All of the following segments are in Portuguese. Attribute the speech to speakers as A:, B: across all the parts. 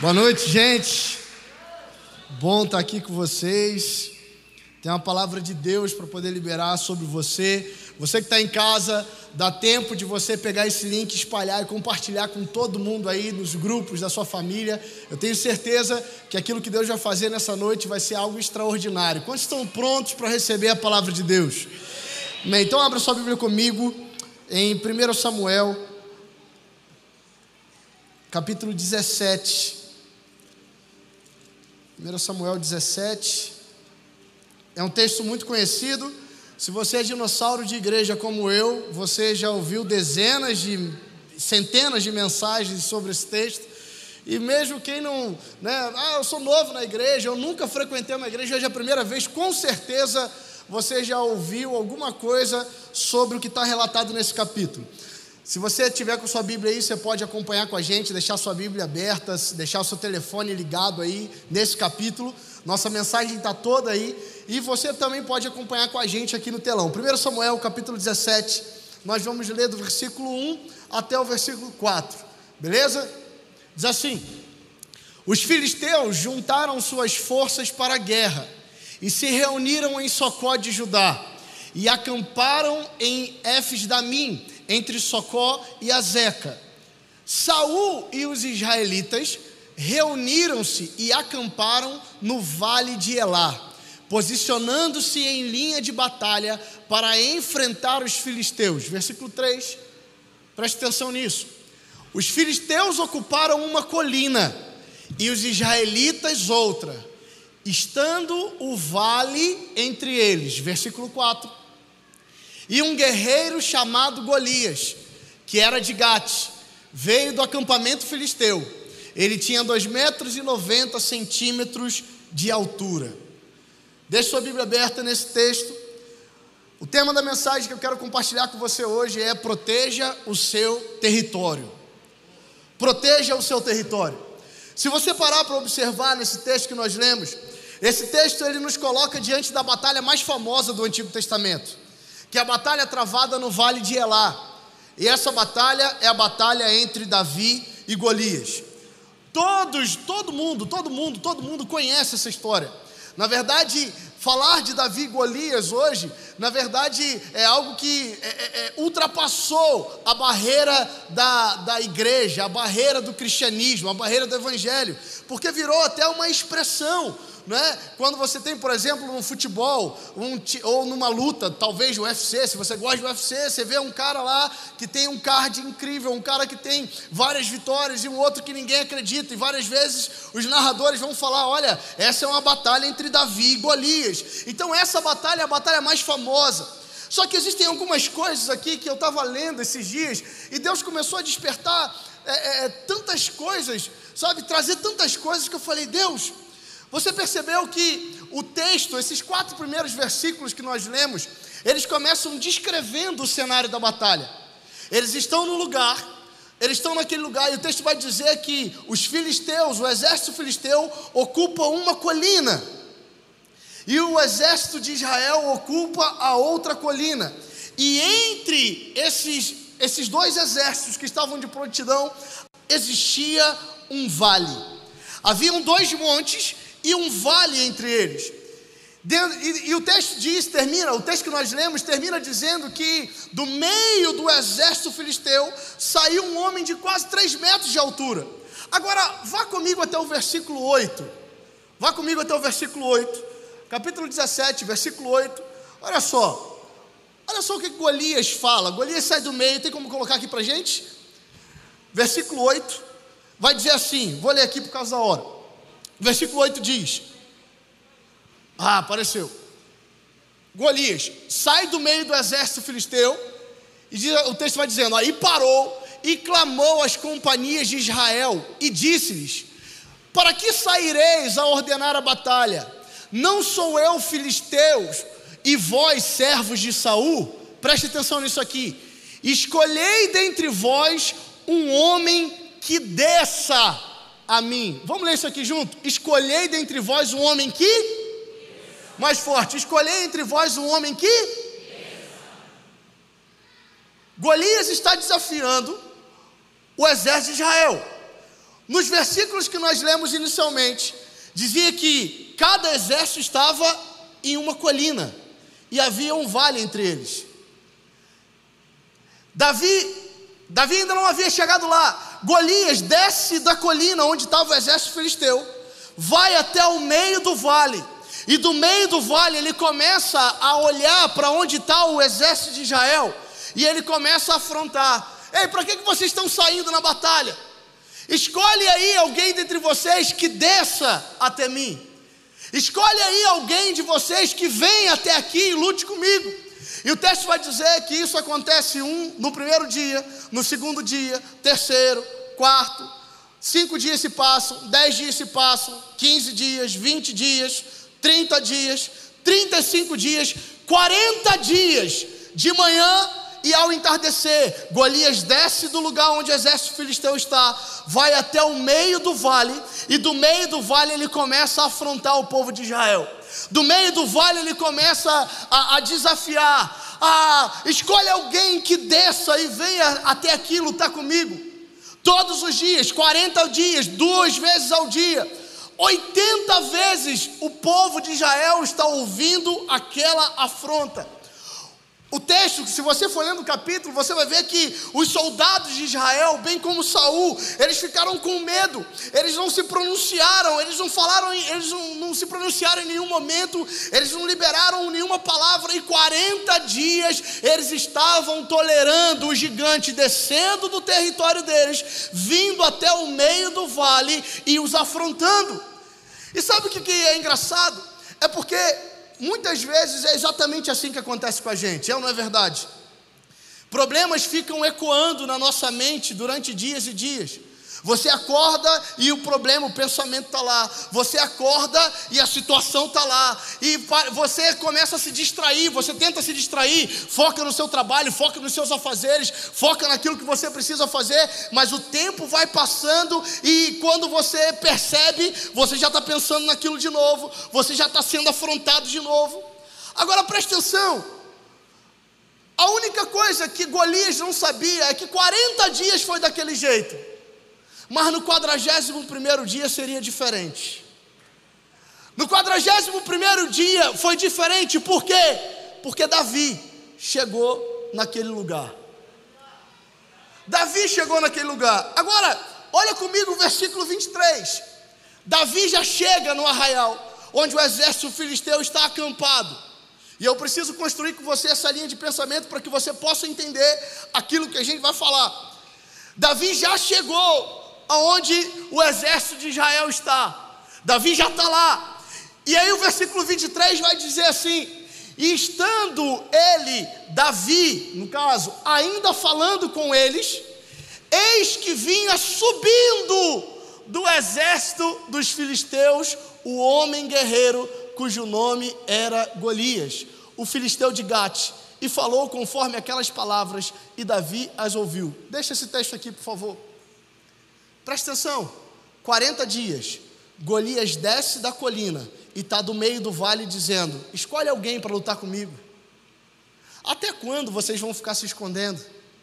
A: Boa noite, gente. Bom estar aqui com vocês. Tem uma palavra de Deus para poder liberar sobre você. Você que está em casa, dá tempo de você pegar esse link, espalhar e compartilhar com todo mundo aí nos grupos da sua família. Eu tenho certeza que aquilo que Deus vai fazer nessa noite vai ser algo extraordinário. Quantos estão prontos para receber a palavra de Deus? Bem, então abra sua Bíblia comigo em 1 Samuel, capítulo 17. 1 Samuel 17, é um texto muito conhecido. Se você é dinossauro de igreja como eu, você já ouviu centenas de mensagens sobre esse texto. E mesmo quem não, eu sou novo na igreja, eu nunca frequentei uma igreja, hoje é a primeira vez, com certeza você já ouviu alguma coisa sobre o que está relatado nesse capítulo. Se você tiver com sua Bíblia aí, você pode acompanhar com a gente, deixar sua Bíblia aberta, deixar o seu telefone ligado aí nesse capítulo. Nossa mensagem está toda aí. E você também pode acompanhar com a gente aqui no telão. 1 Samuel, capítulo 17, nós vamos ler do versículo 1 até o versículo 4. Beleza? Diz assim: os filisteus juntaram suas forças para a guerra e se reuniram em Socó de Judá e acamparam em Éfes-Damim, entre Socó e Azeca. Saul e os israelitas reuniram-se e acamparam no vale de Elá, posicionando-se em linha de batalha para enfrentar os filisteus. Versículo 3, preste atenção nisso. Os filisteus ocuparam uma colina e os israelitas outra, estando o vale entre eles. Versículo 4. E um guerreiro chamado Golias, que era de Gate, veio do acampamento filisteu. Ele tinha 2,90 metros de altura. Deixe sua Bíblia aberta nesse texto. O tema da mensagem que eu quero compartilhar com você hoje é: proteja o seu território. Proteja o seu território. Se você parar para observar nesse texto que nós lemos, esse texto ele nos coloca diante da batalha mais famosa do Antigo Testamento, que é a batalha travada no vale de Elá. E essa batalha é a batalha entre Davi e Golias. Todo mundo conhece essa história. Na verdade, falar de Davi e Golias hoje, na verdade, é algo que ultrapassou a barreira da igreja, a barreira do cristianismo, a barreira do evangelho, porque virou até uma expressão. Quando você tem, por exemplo, no futebol ou numa luta, talvez no UFC, se você gosta do UFC, você vê um cara lá que tem um card incrível, um cara que tem várias vitórias e um outro que ninguém acredita, e várias vezes os narradores vão falar: olha, essa é uma batalha entre Davi e Golias. Então essa batalha é a batalha mais famosa. Só que existem algumas coisas aqui que eu estava lendo esses dias, e Deus começou a despertar tantas coisas, trazer tantas coisas, que eu falei: Deus, você percebeu que o texto, esses 4 primeiros versículos que nós lemos, eles começam descrevendo o cenário da batalha. Eles estão no lugar, eles estão naquele lugar, e o texto vai dizer que os filisteus, o exército filisteu, ocupa uma colina, e o exército de Israel ocupa a outra colina. E entre esses dois exércitos que estavam de prontidão, existia um vale. Haviam 2 montes e um vale entre eles. E o texto o texto que nós lemos termina dizendo que do meio do exército filisteu saiu um homem de quase 3 metros de altura. Agora, vá comigo até o versículo 8. Capítulo 17, versículo 8. Olha só o que Golias fala. Golias sai do meio, tem como colocar aqui pra gente? Versículo 8, vai dizer assim, vou ler aqui por causa da hora. Versículo 8 diz: apareceu. Golias sai do meio do exército filisteu, e o texto vai dizendo: aí parou e clamou às companhias de Israel e disse-lhes: para que saireis a ordenar a batalha? Não sou eu filisteus e vós servos de Saul? Preste atenção nisso aqui. Escolhei dentre vós um homem que desça a mim. Vamos ler isso aqui junto? Escolhei dentre vós um homem que... Mais forte. Escolhei entre vós um homem que... Golias está desafiando o exército de Israel. Nos versículos que nós lemos inicialmente, dizia que cada exército estava em uma colina e havia um vale entre eles. Davi ainda não havia chegado lá. Golias desce da colina onde estava o exército filisteu, vai até o meio do vale, e do meio do vale ele começa a olhar para onde está o exército de Israel, e ele começa a afrontar. Ei, para que vocês estão saindo na batalha? Escolhe aí alguém dentre vocês que desça até mim. Escolhe aí alguém de vocês que venha até aqui e lute comigo. E o texto vai dizer que isso acontece no primeiro dia, no segundo dia, terceiro, quarto, 5 dias se passam, 10 dias se passam, 15 dias, 20 dias, 30 dias, 35 dias, 40 dias, de manhã e ao entardecer, Golias desce do lugar onde o exército filisteu está, vai até o meio do vale, e do meio do vale ele começa a afrontar o povo de Israel. Do meio do vale ele começa a desafiar, escolhe alguém que desça e venha até aqui lutar comigo. Todos os dias, 40 dias, 2 vezes ao dia, 80 vezes o povo de Israel está ouvindo aquela afronta. O texto, se você for lendo o capítulo, você vai ver que os soldados de Israel, bem como Saul, eles ficaram com medo, eles não se pronunciaram, eles não falaram, eles não se pronunciaram em nenhum momento, eles não liberaram nenhuma palavra, e 40 dias eles estavam tolerando o gigante descendo do território deles, vindo até o meio do vale e os afrontando. E sabe o que é engraçado? É porque muitas vezes é exatamente assim que acontece com a gente, é ou não é verdade? Problemas ficam ecoando na nossa mente durante dias e dias. Você acorda e o problema, o pensamento está lá. Você acorda e a situação está lá. E você começa a se distrair, você tenta se distrair, foca no seu trabalho, foca nos seus afazeres, foca naquilo que você precisa fazer, mas o tempo vai passando e quando você percebe, você já está pensando naquilo de novo, você já está sendo afrontado de novo. Agora preste atenção, a única coisa que Golias não sabia é que 40 dias foi daquele jeito, mas no 41º dia seria diferente. No 41º dia foi diferente, por quê? Porque Davi chegou naquele lugar. Davi chegou naquele lugar. Agora, olha comigo o versículo 23. Davi já chega no arraial, onde o exército filisteu está acampado. E eu preciso construir com você essa linha de pensamento para que você possa entender aquilo que a gente vai falar. Davi já chegou aonde o exército de Israel está. Davi já está lá. E aí o versículo 23 vai dizer assim: e estando ele, Davi, no caso, ainda falando com eles, eis que vinha subindo do exército dos filisteus o homem guerreiro, cujo nome era Golias, o filisteu de Gate, e falou conforme aquelas palavras, e Davi as ouviu. Deixa esse texto aqui, por favor. Presta atenção, 40 dias, Golias desce da colina e está do meio do vale dizendo: escolhe alguém para lutar comigo. Até quando vocês vão ficar se escondendo?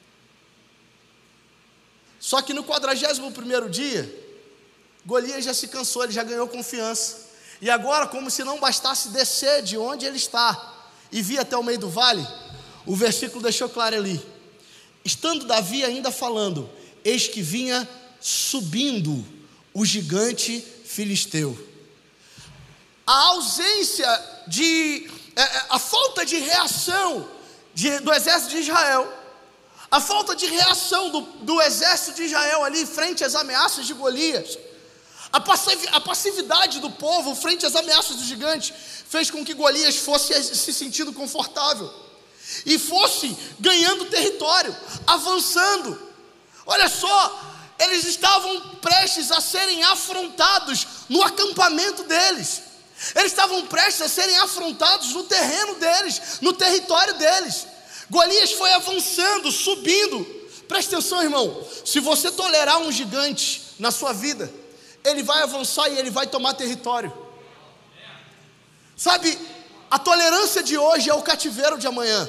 A: Só que no 41º dia, Golias já se cansou, ele já ganhou confiança. E agora, como se não bastasse descer de onde ele está e vir até o meio do vale, o versículo deixou claro ali: estando Davi ainda falando, eis que vinha subindo o gigante filisteu. A ausência a falta de reação do exército de Israel, a falta de reação do exército de Israel ali frente às ameaças de Golias, a passividade do povo frente às ameaças do gigante, fez com que Golias fosse se sentindo confortável e fosse ganhando território, avançando. Olha só, eles estavam prestes a serem afrontados no acampamento deles. Eles estavam prestes a serem afrontados no terreno deles, no território deles. Golias foi avançando, subindo. Presta atenção, irmão, se você tolerar um gigante na sua vida, ele vai avançar e ele vai tomar território. Sabe, a tolerância de hoje é o cativeiro de amanhã.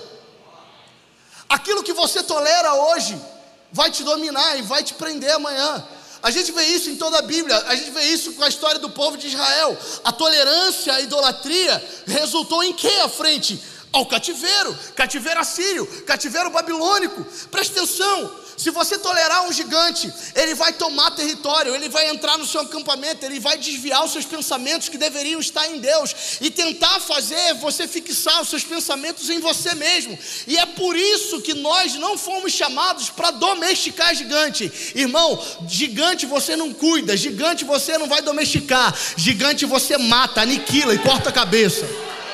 A: Aquilo que você tolera hoje vai te dominar e vai te prender amanhã. A gente vê isso em toda a Bíblia, a gente vê isso com a história do povo de Israel. A tolerância à idolatria resultou em quê à frente? Ao cativeiro, cativeiro assírio, cativeiro babilônico. Presta atenção, se você tolerar um gigante, ele vai tomar território, ele vai entrar no seu acampamento, ele vai desviar os seus pensamentos que deveriam estar em Deus, e tentar fazer você fixar os seus pensamentos em você mesmo. E é por isso que nós não fomos chamados para domesticar gigante. Irmão, gigante você não cuida, gigante você não vai domesticar, gigante você mata, aniquila e corta a cabeça.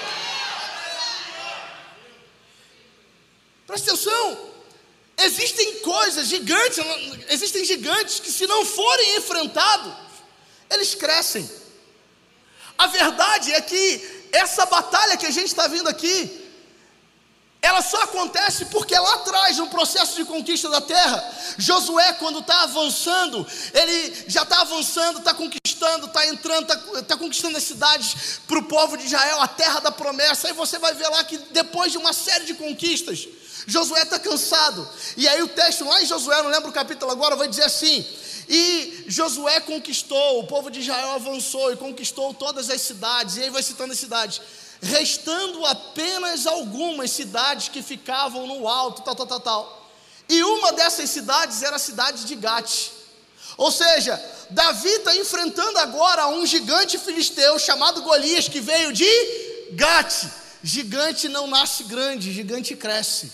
A: Presta atenção, existem coisas gigantes, existem gigantes que, se não forem enfrentados, eles crescem. A verdade é que essa batalha que a gente está vendo aqui, ela só acontece porque lá atrás, no processo de conquista da terra, Josué, quando está avançando, ele já está avançando, está conquistando, está entrando, está conquistando as cidades para o povo de Israel, a terra da promessa. Aí você vai ver lá que depois de uma série de conquistas, Josué está cansado. E aí o texto lá em Josué, não lembro o capítulo agora, vai dizer assim: e Josué conquistou, o povo de Israel avançou e conquistou todas as cidades. E aí vai citando as cidades, restando apenas algumas cidades que ficavam no alto, tal. E uma dessas cidades era a cidade de Gate. Ou seja, Davi está enfrentando agora um gigante filisteu chamado Golias, que veio de Gate. Gigante não nasce grande, gigante cresce.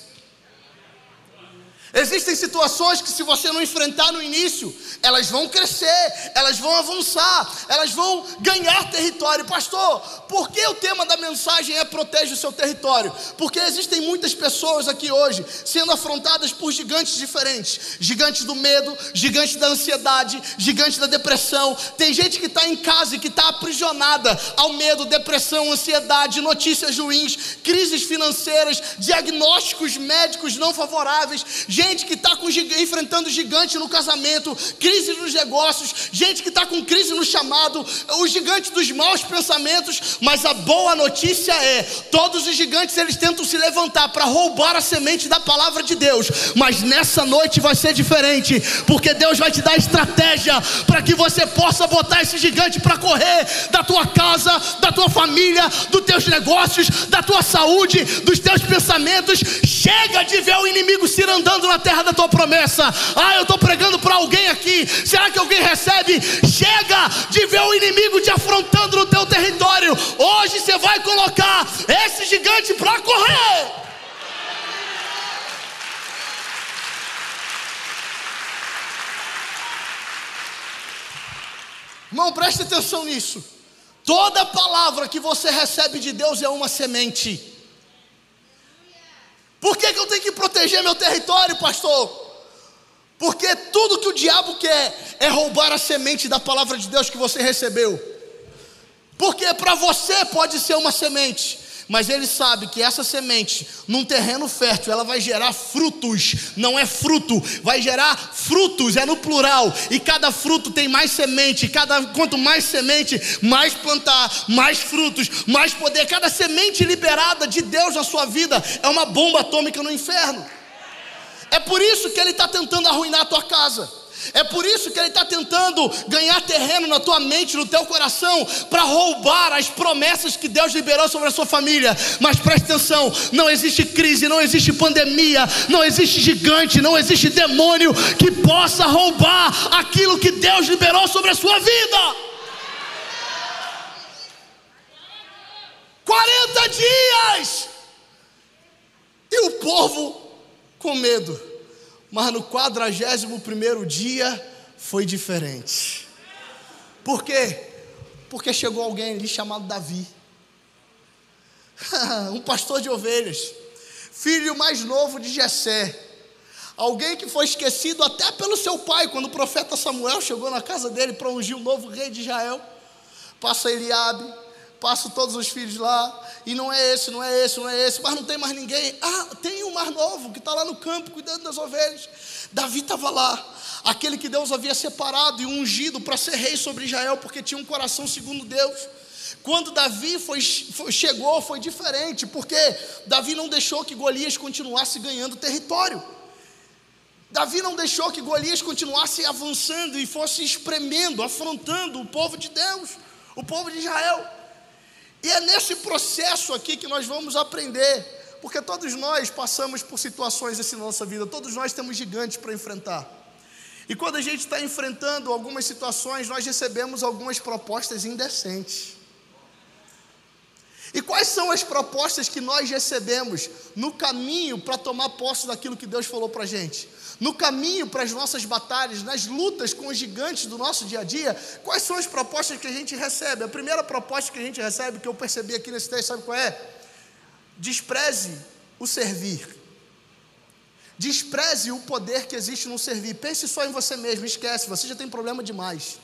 A: Existem situações que, se você não enfrentar no início, elas vão crescer, elas vão avançar, elas vão ganhar território. Pastor, por que o tema da mensagem é protege o seu território? Porque existem muitas pessoas aqui hoje sendo afrontadas por gigantes diferentes. Gigantes do medo, gigantes da ansiedade, gigantes da depressão. Tem gente que está em casa e que está aprisionada ao medo, depressão, ansiedade, notícias ruins, crises financeiras, diagnósticos médicos não favoráveis. Gente que está enfrentando gigante no casamento, crise nos negócios, gente que está com crise no chamado, o gigante dos maus pensamentos. Mas a boa notícia é, todos os gigantes eles tentam se levantar para roubar a semente da palavra de Deus, mas nessa noite vai ser diferente, porque Deus vai te dar estratégia para que você possa botar esse gigante para correr da tua casa, da tua família, dos teus negócios, da tua saúde, dos teus pensamentos. Chega de ver o inimigo se andando na terra da tua promessa. Eu estou pregando para alguém aqui, será que alguém recebe? Chega de ver o inimigo te afrontando no teu território. Hoje você vai colocar esse gigante para correr. Irmão, preste atenção nisso. Toda palavra que você recebe de Deus é uma semente. Por que eu tenho que proteger meu território, pastor? Porque tudo que o diabo quer é roubar a semente da palavra de Deus que você recebeu. Porque para você pode ser uma semente, mas ele sabe que essa semente, num terreno fértil, ela vai gerar frutos. Não é fruto, vai gerar frutos, é no plural. E cada fruto tem mais semente. Quanto mais semente, mais plantar, mais frutos, mais poder. Cada semente liberada de Deus na sua vida é uma bomba atômica no inferno. É por isso que ele está tentando arruinar a tua casa. É por isso que ele está tentando ganhar terreno na tua mente, no teu coração, para roubar as promessas que Deus liberou sobre a sua família. Mas preste atenção, não existe crise, não existe pandemia, não existe gigante, não existe demônio que possa roubar aquilo que Deus liberou sobre a sua vida. 40 dias e o povo com medo. Mas no 41º dia foi diferente. Por quê? Porque chegou alguém ali chamado Davi. Um pastor de ovelhas, filho mais novo de Jessé. Alguém que foi esquecido até pelo seu pai, quando o profeta Samuel chegou na casa dele para ungir o novo rei de Israel. Passa Eliabe, passa todos os filhos lá, e não é esse, mas não tem mais ninguém. Tem um mais novo que está lá no campo cuidando das ovelhas. Davi estava lá, aquele que Deus havia separado e ungido para ser rei sobre Israel, porque tinha um coração segundo Deus. Quando Davi chegou, foi diferente, porque Davi não deixou que Golias continuasse ganhando território. Davi não deixou que Golias continuasse avançando e fosse espremendo, afrontando o povo de Deus, o povo de Israel. E é nesse processo aqui que nós vamos aprender, porque todos nós passamos por situações assim na nossa vida, todos nós temos gigantes para enfrentar. E quando a gente está enfrentando algumas situações, nós recebemos algumas propostas indecentes. E quais são as propostas que nós recebemos no caminho para tomar posse daquilo que Deus falou para a gente? No caminho para as nossas batalhas, nas lutas com os gigantes do nosso dia a dia, quais são as propostas que a gente recebe? A primeira proposta que a gente recebe, que eu percebi aqui nesse texto, sabe qual é? Despreze o servir. Despreze o poder que existe no servir. Pense só em você mesmo, esquece, você já tem problema demais.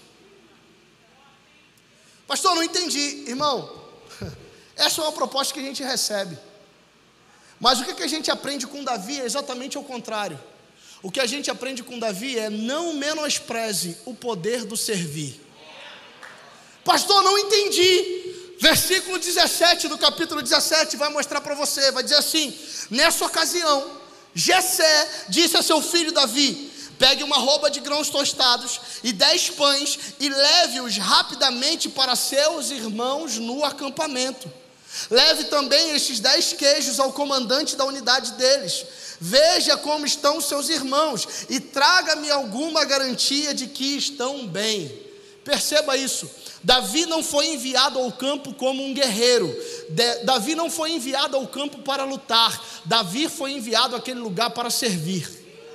A: Pastor, não entendi. Irmão, essa é uma proposta que a gente recebe. Mas o que a gente aprende com Davi é exatamente o contrário. O que a gente aprende com Davi é: não menospreze o poder do servir. Pastor, não entendi. Versículo 17 do capítulo 17 vai mostrar para você, vai dizer assim: nessa ocasião, Jessé disse a seu filho Davi: pegue uma roupa de grãos tostados e 10 pães e leve-os rapidamente para seus irmãos no acampamento. Leve também estes 10 queijos ao comandante da unidade deles. Veja como estão os seus irmãos e traga-me alguma garantia de que estão bem. Perceba isso. Davi não foi enviado ao campo como um guerreiro. Davi não foi enviado ao campo para lutar. Davi foi enviado àquele lugar para servir.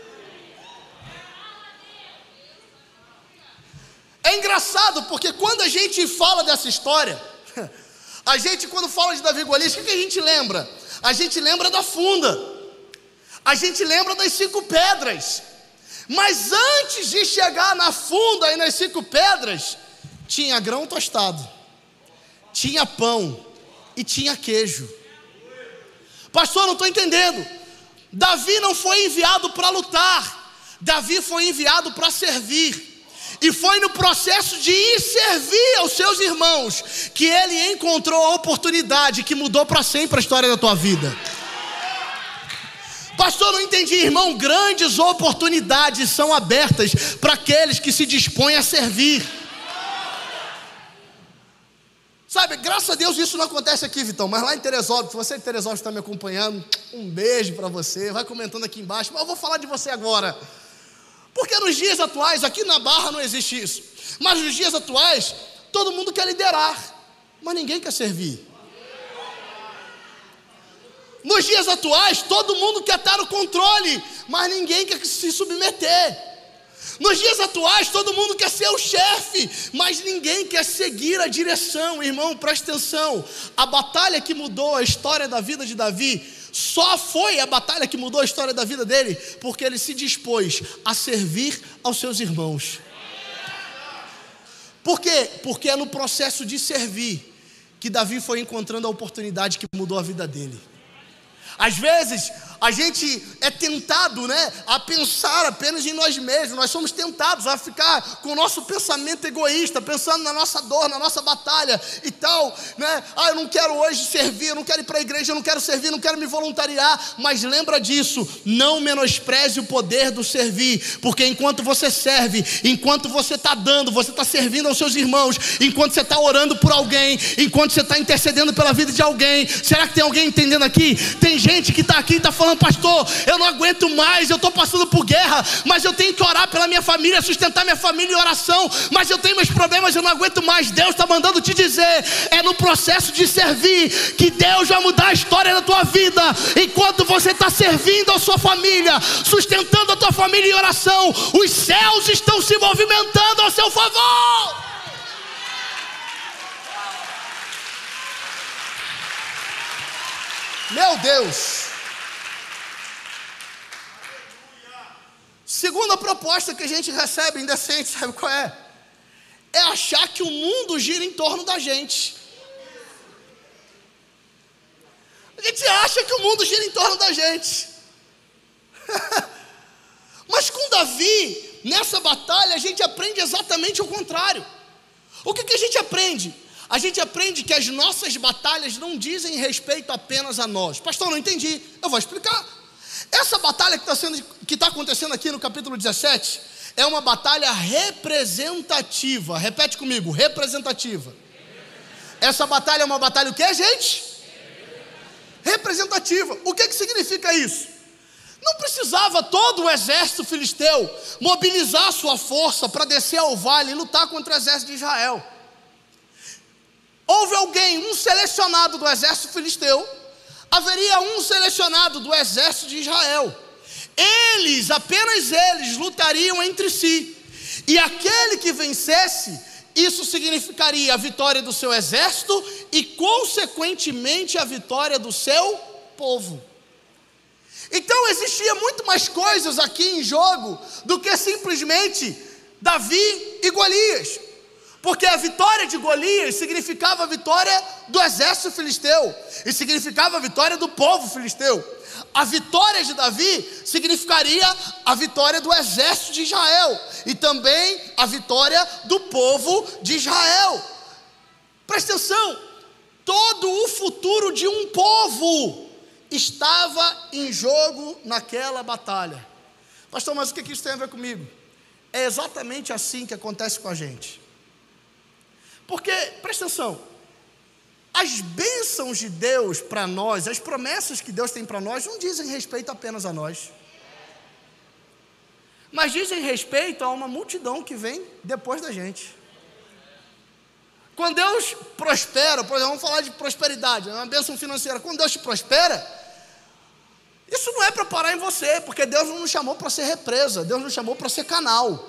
A: É engraçado porque quando a gente fala dessa história, a gente, quando fala de Davi e Golias, o que a gente lembra? A gente lembra da funda. A gente lembra das 5 pedras. Mas antes de chegar na funda e nas 5 pedras, tinha grão tostado, tinha pão e tinha queijo. Pastor, não estou entendendo. Davi não foi enviado para lutar. Davi foi enviado para servir. E foi no processo de ir servir aos seus irmãos que ele encontrou a oportunidade que mudou para sempre a história da tua vida. Pastor, não entendi, irmão. Grandes oportunidades são abertas para aqueles que se dispõem a servir. Sabe, graças a Deus isso não acontece aqui, Vitão, mas lá em Teresópolis, se você de Teresópolis está me acompanhando, um beijo para você, vai comentando aqui embaixo, mas eu vou falar de você agora. Porque nos dias atuais, aqui na Barra não existe isso, mas nos dias atuais, todo mundo quer liderar, mas ninguém quer servir. Nos dias atuais, todo mundo quer estar no controle, mas ninguém quer se submeter. Nos dias atuais, todo mundo quer ser o chefe, mas ninguém quer seguir a direção. Irmão, presta atenção. A batalha que mudou a história da vida de Davi, só foi a batalha que mudou a história da vida dele, porque ele se dispôs a servir aos seus irmãos. Por quê? Porque é no processo de servir que Davi foi encontrando a oportunidade que mudou a vida dele. Às vezes a gente é tentado, a pensar apenas em nós mesmos. Nós somos tentados a ficar com o nosso pensamento egoísta, pensando na nossa dor, na nossa batalha e tal, eu não quero hoje servir, eu não quero ir para a igreja, eu não quero servir, não quero me voluntariar. Mas lembra disso, não menospreze o poder do servir, porque enquanto você serve, enquanto você está dando, você está servindo aos seus irmãos, enquanto você está orando por alguém, enquanto você está intercedendo pela vida de alguém. Será que tem alguém entendendo aqui? Tem gente que está aqui e está falando: pastor, eu não aguento mais, eu estou passando por guerra, mas eu tenho que orar pela minha família, sustentar minha família em oração, mas eu tenho meus problemas, eu não aguento mais. Deus está mandando te dizer, é no processo de servir que Deus vai mudar a história da tua vida. Enquanto você está servindo a sua família, sustentando a tua família em oração, os céus estão se movimentando ao seu favor. Meu Deus. Segunda proposta que a gente recebe indecente, sabe qual é? É achar que o mundo gira em torno da gente. A gente acha que o mundo gira em torno da gente. Mas com Davi, nessa batalha, a gente aprende exatamente o contrário. O que a gente aprende? A gente aprende que as nossas batalhas não dizem respeito apenas a nós. Pastor, não entendi. Eu vou explicar. essa batalha que está acontecendo aqui no capítulo 17, é uma batalha representativa. Repete comigo, representativa. Essa batalha é uma batalha o que, gente? Representativa. O que significa isso? Não precisava todo o exército filisteu mobilizar sua força para descer ao vale e lutar contra o exército de Israel. Houve alguém, um selecionado do exército filisteu, haveria um selecionado do exército de Israel. Eles, apenas eles, lutariam entre si. E aquele que vencesse, isso significaria a vitória do seu exército e, consequentemente, a vitória do seu povo. Então existia muito mais coisas aqui em jogo do que simplesmente Davi e Golias. Porque a vitória de Golias significava a vitória do exército filisteu e significava a vitória do povo filisteu. A vitória de Davi significaria a vitória do exército de Israel e também a vitória do povo de Israel. Presta atenção, todo o futuro de um povo estava em jogo naquela batalha. Pastor, mas o que isso tem a ver comigo? É exatamente assim que acontece com a gente. Porque, presta atenção, as bênçãos de Deus para nós, as promessas que Deus tem para nós, não dizem respeito apenas a nós, mas dizem respeito a uma multidão que vem depois da gente. Quando Deus prospera, por exemplo, vamos falar de prosperidade, é uma bênção financeira. Quando Deus te prospera, isso não é para parar em você, porque Deus não nos chamou para ser represa, Deus nos chamou para ser canal.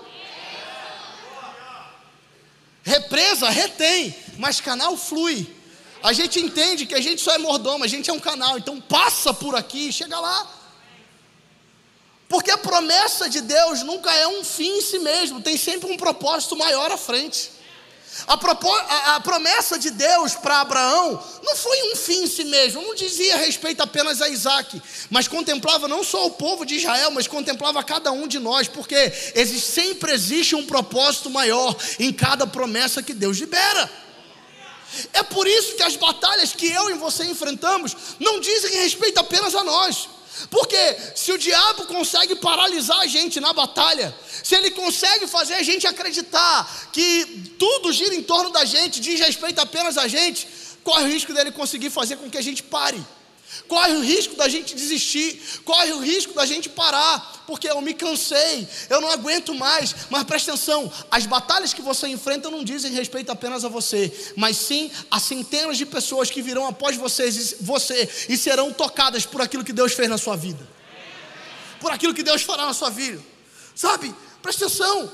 A: Represa retém, mas canal flui. A gente entende que a gente só é mordomo, a gente é um canal, então passa por aqui e chega lá. Porque a promessa de Deus nunca é um fim em si mesmo, tem sempre um propósito maior à frente. A promessa de Deus para Abraão não foi um fim em si mesmo, não dizia respeito apenas a Isaac, mas contemplava não só o povo de Israel, mas contemplava cada um de nós, porque sempre existe um propósito maior em cada promessa que Deus libera. É por isso que as batalhas que eu e você enfrentamos não dizem respeito apenas a nós. Porque se o diabo consegue paralisar a gente na batalha, se ele consegue fazer a gente acreditar que tudo gira em torno da gente, diz respeito apenas a gente, corre o risco dele conseguir fazer com que a gente pare, corre o risco da gente desistir, corre o risco da gente parar, porque eu me cansei, eu não aguento mais. Mas presta atenção, as batalhas que você enfrenta não dizem respeito apenas a você, mas sim a centenas de pessoas que virão após você e serão tocadas por aquilo que Deus fez na sua vida, por aquilo que Deus fará na sua vida. Sabe, presta atenção,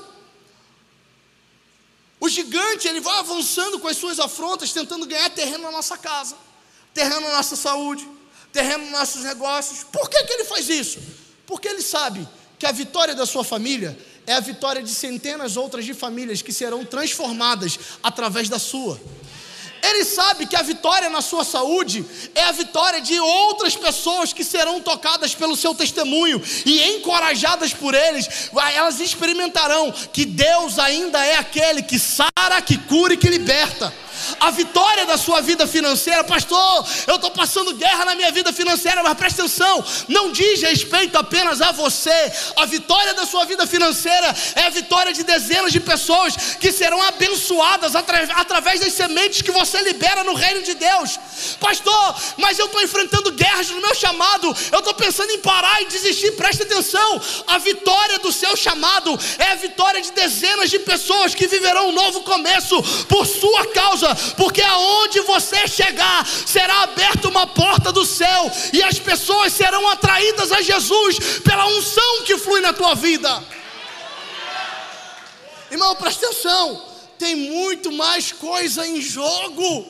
A: o gigante ele vai avançando com as suas afrontas, tentando ganhar terreno na nossa casa, terreno na nossa saúde, terreno nos nossos negócios. Por que ele faz isso? Porque ele sabe que a vitória da sua família é a vitória de centenas outras de famílias que serão transformadas através da sua. Ele sabe que a vitória na sua saúde é a vitória de outras pessoas que serão tocadas pelo seu testemunho e encorajadas por eles. Elas experimentarão que Deus ainda é aquele que sara, que cura e que liberta. A vitória da sua vida financeira, pastor, eu estou passando guerra na minha vida financeira, mas presta atenção, não diz respeito apenas a você. A vitória da sua vida financeira é a vitória de dezenas de pessoas que serão abençoadas através das sementes que você libera no reino de Deus. Pastor, mas eu estou enfrentando guerras no meu chamado, eu estou pensando em parar e desistir. Presta atenção, a vitória do seu chamado é a vitória de dezenas de pessoas que viverão um novo começo por sua causa. Porque aonde você chegar, será aberta uma porta do céu, e as pessoas serão atraídas a Jesus pela unção que flui na tua vida. Irmão, presta atenção, tem muito mais coisa em jogo.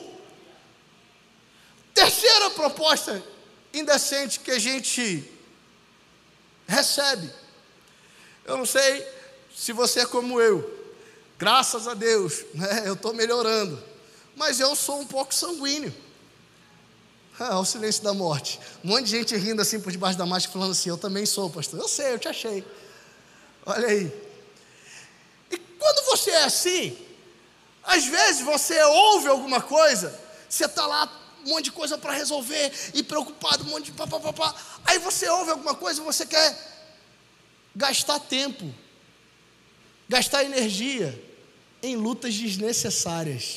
A: Terceira proposta indecente que a gente recebe. Eu não sei se você é como eu, graças a Deus, né? Eu estou melhorando. Mas eu sou um pouco sanguíneo. Olha o silêncio da morte. Um monte de gente rindo assim por debaixo da máscara, falando assim: eu também sou, pastor. Eu sei, eu te achei. Olha aí. E quando você é assim, às vezes você ouve alguma coisa, você está lá um monte de coisa para resolver, e preocupado, um monte de papapá. Aí você ouve alguma coisa e você quer gastar tempo, gastar energia em lutas desnecessárias.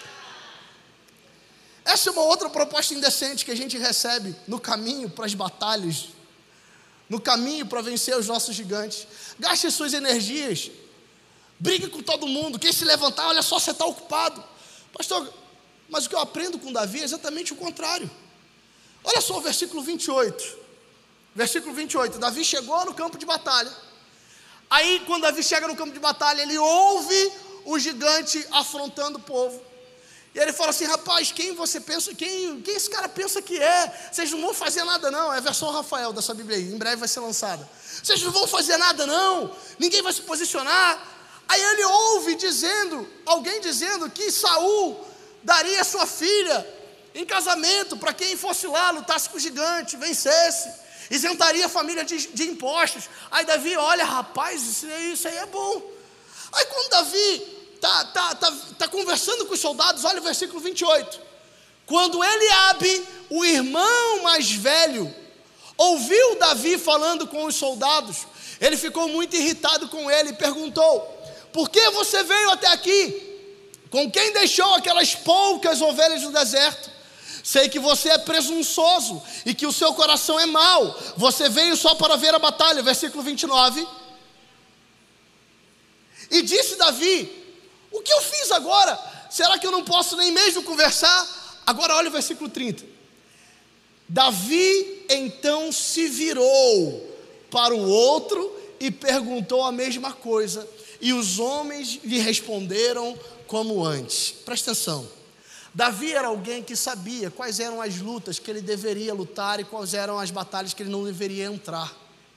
A: Essa é uma outra proposta indecente que a gente recebe no caminho para as batalhas, no caminho para vencer os nossos gigantes. Gaste suas energias, brigue com todo mundo. Quem se levantar, olha só, você está ocupado. Pastor, mas o que eu aprendo com Davi é exatamente o contrário. Olha só o versículo 28. Versículo 28, Davi chegou no campo de batalha. Aí quando Davi chega no campo de batalha, ele ouve o gigante afrontando o povo. E ele fala assim: rapaz, quem você pensa, quem esse cara pensa que é? Vocês não vão fazer nada não. É a versão Rafael dessa Bíblia aí, em breve vai ser lançada. Vocês não vão fazer nada não, ninguém vai se posicionar. Aí ele ouve alguém dizendo que Saul daria sua filha em casamento para quem fosse lá, lutasse com o gigante, vencesse, isentaria a família de impostos. Aí Davi olha: rapaz, isso aí é bom. Aí quando Davi está conversando com os soldados, olha o versículo 28. Quando Eliabe, o irmão mais velho, ouviu Davi falando com os soldados, ele ficou muito irritado com ele e perguntou: por que você veio até aqui? Com quem deixou aquelas poucas ovelhas no deserto? Sei que você é presunçoso e que o seu coração é mau. Você veio só para ver a batalha. Versículo 29. E disse Davi: o que eu fiz agora? Será que eu não posso nem mesmo conversar? Agora olha o versículo 30. Davi então se virou para o outro e perguntou a mesma coisa. E os homens lhe responderam como antes. Presta atenção. Davi era alguém que sabia quais eram as lutas que ele deveria lutar e quais eram as batalhas que ele não deveria entrar.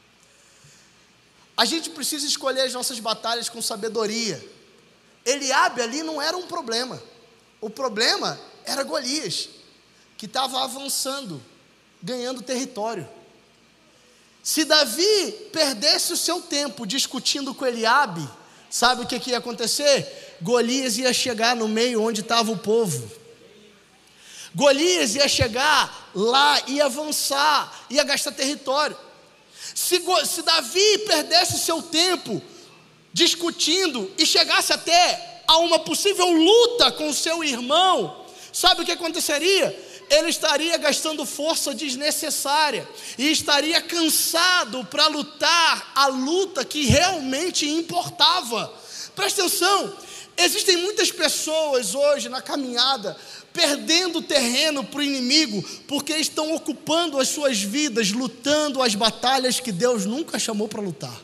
A: A gente precisa escolher as nossas batalhas com sabedoria. Eliabe ali não era um problema. O problema era Golias, que estava avançando, ganhando território. Se Davi perdesse o seu tempo discutindo com Eliabe, sabe o que ia acontecer? Golias ia chegar no meio onde estava o povo. Golias ia chegar lá, ia avançar, ia gastar território. Se Davi perdesse seu tempo discutindo e chegasse até a uma possível luta com seu irmão, sabe o que aconteceria? Ele estaria gastando força desnecessária e estaria cansado para lutar a luta que realmente importava. Presta atenção, existem muitas pessoas hoje na caminhada perdendo terreno para o inimigo porque estão ocupando as suas vidas, lutando as batalhas que Deus nunca chamou para lutar.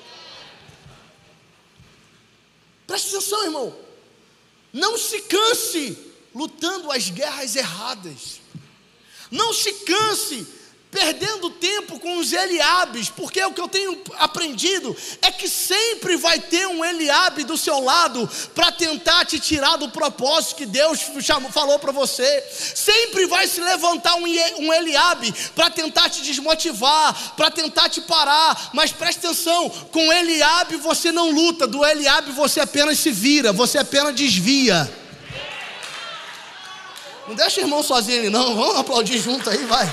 A: Presta atenção, irmão, não se canse lutando as guerras erradas, não se canse perdendo tempo com os Eliabes, porque o que eu tenho aprendido é que sempre vai ter um Eliabe do seu lado para tentar te tirar do propósito que Deus falou para você. Sempre vai se levantar um Eliabe para tentar te desmotivar, para tentar te parar. Mas presta atenção, com Eliabe você não luta, do Eliabe você apenas se vira, você apenas desvia. Não deixa o irmão sozinho ali não, vamos aplaudir junto aí, vai.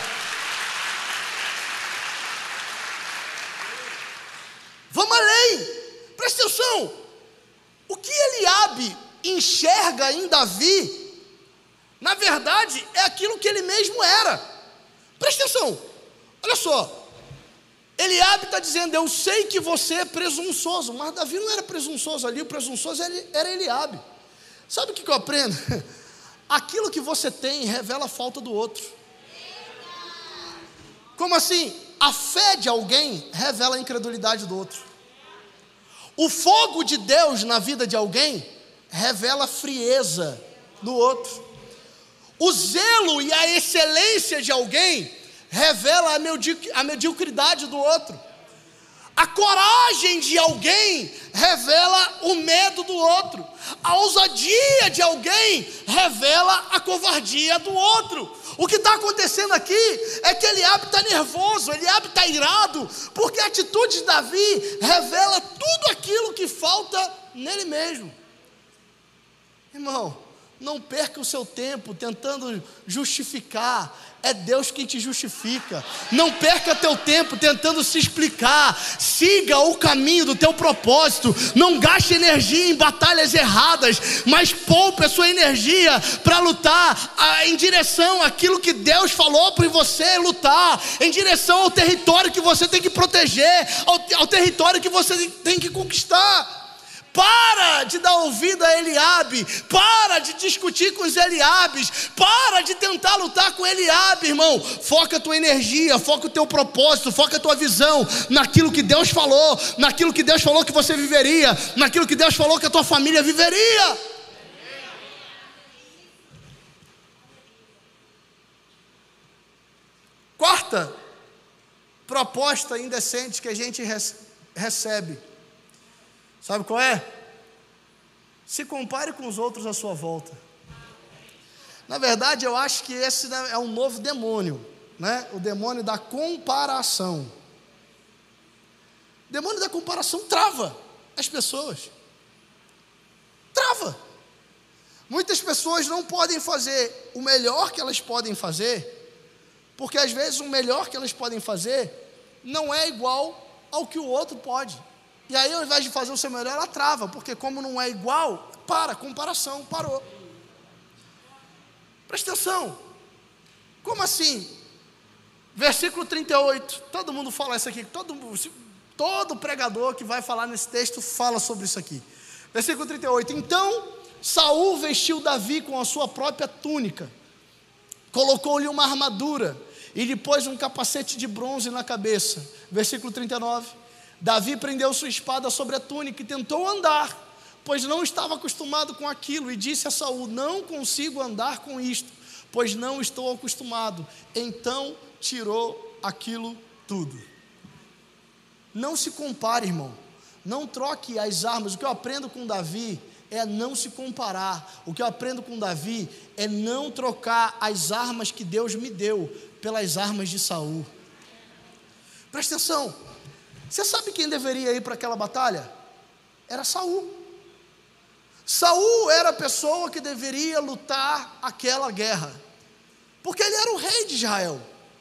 A: Vamos além, presta atenção, o que Eliabe enxerga em Davi, na verdade é aquilo que ele mesmo era. Presta atenção, olha só, Eliabe está dizendo: eu sei que você é presunçoso, mas Davi não era presunçoso ali, o presunçoso era Eliabe. Sabe o que eu aprendo? Aquilo que você tem revela a falta do outro. Como assim? A fé de alguém revela a incredulidade do outro. O fogo de Deus na vida de alguém revela a frieza do outro. O zelo e a excelência de alguém revela a mediocridade do outro. A coragem de alguém revela o medo do outro. A ousadia de alguém revela a covardia do outro. O que está acontecendo aqui é que Eliabe está nervoso, Eliabe está irado, porque a atitude de Davi revela tudo aquilo que falta nele mesmo. Irmão, Não perca o seu tempo tentando justificar, é Deus quem te justifica. Não perca teu tempo tentando se explicar, siga o caminho do teu propósito. Não gaste energia em batalhas erradas, mas poupe a sua energia para lutar em direção àquilo que Deus falou para você lutar, em direção ao território que você tem que proteger, ao território que você tem que conquistar. Para de dar ouvido a Eliabe, para de discutir com os Eliabes, para de tentar lutar com Eliabe, irmão. Foca a tua energia, foca o teu propósito, foca a tua visão naquilo que Deus falou, naquilo que Deus falou que você viveria, naquilo que Deus falou que a tua família viveria. Quarta proposta indecente que a gente recebe, sabe qual é? Se compare com os outros à sua volta. Na verdade, eu acho que esse é um novo demônio, né? O demônio da comparação. O demônio da comparação trava as pessoas. Trava. Muitas pessoas não podem fazer o melhor que elas podem fazer, porque às vezes o melhor que elas podem fazer não é igual ao que o outro pode. E aí, ao invés de fazer o seu melhor, ela trava, porque como não é igual, comparação, parou. Presta atenção. Como assim? Versículo 38, todo mundo fala isso aqui, todo pregador que vai falar nesse texto fala sobre isso aqui. Versículo 38, então Saul vestiu Davi com a sua própria túnica, colocou-lhe uma armadura e lhe pôs um capacete de bronze na cabeça. Versículo 39, Davi prendeu sua espada sobre a túnica e tentou andar, pois não estava acostumado com aquilo, e disse a Saul: não consigo andar com isto, pois não estou acostumado. Então tirou aquilo tudo. Não se compare, irmão, não troque as armas. O que eu aprendo com Davi é não se comparar. O que eu aprendo com Davi é não trocar as armas que Deus me deu pelas armas de Saul. Presta atenção. Você sabe quem deveria ir para aquela batalha? Era Saul. Saul era a pessoa que deveria lutar aquela guerra, porque ele era o rei de Israel.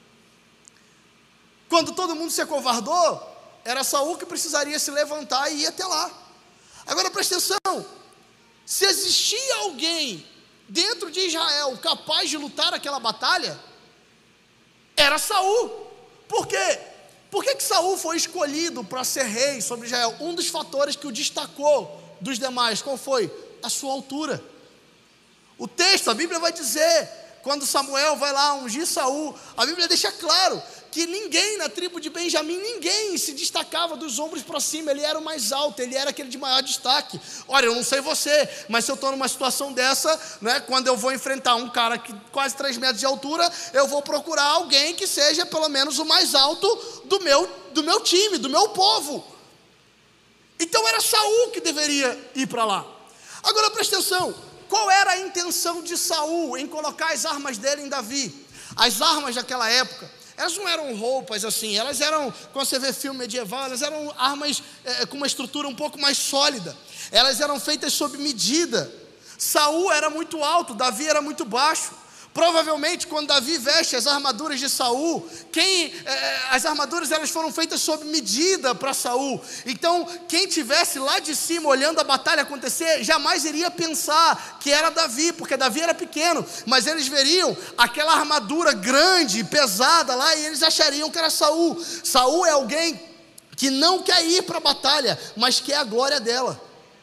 A: Quando todo mundo se acovardou, era Saul que precisaria se levantar e ir até lá. Agora presta atenção, se existia alguém dentro de Israel capaz de lutar aquela batalha, era Saul. Por quê? Por que Saul foi escolhido para ser rei sobre Israel? Um dos fatores que o destacou dos demais, qual foi? A sua altura. O texto, a Bíblia vai dizer, quando Samuel vai lá ungir Saul, a Bíblia deixa claro que ninguém na tribo de Benjamim, ninguém se destacava dos ombros para cima. Ele era o mais alto, ele era aquele de maior destaque. Olha, eu não sei você, mas se eu estou numa situação dessa, né, quando eu vou enfrentar um cara que quase 3 metros de altura, eu vou procurar alguém que seja pelo menos o mais alto do meu time, do meu povo. Então era Saul que deveria ir para lá. Agora presta atenção, qual era a intenção de Saul em colocar as armas dele em Davi? As armas daquela época, elas não eram roupas assim, elas eram, quando você vê filme medieval, elas eram armas com uma estrutura um pouco mais sólida. Elas eram feitas sob medida. Saul era muito alto, Davi era muito baixo. Provavelmente quando Davi veste as armaduras de Saul, as armaduras elas foram feitas sob medida para Saul. Então quem estivesse lá de cima olhando a batalha acontecer, jamais iria pensar que era Davi, porque Davi era pequeno, mas eles veriam aquela armadura grande, pesada lá, e eles achariam que era Saul. Saul é alguém que não quer ir para a batalha, mas quer a glória dela.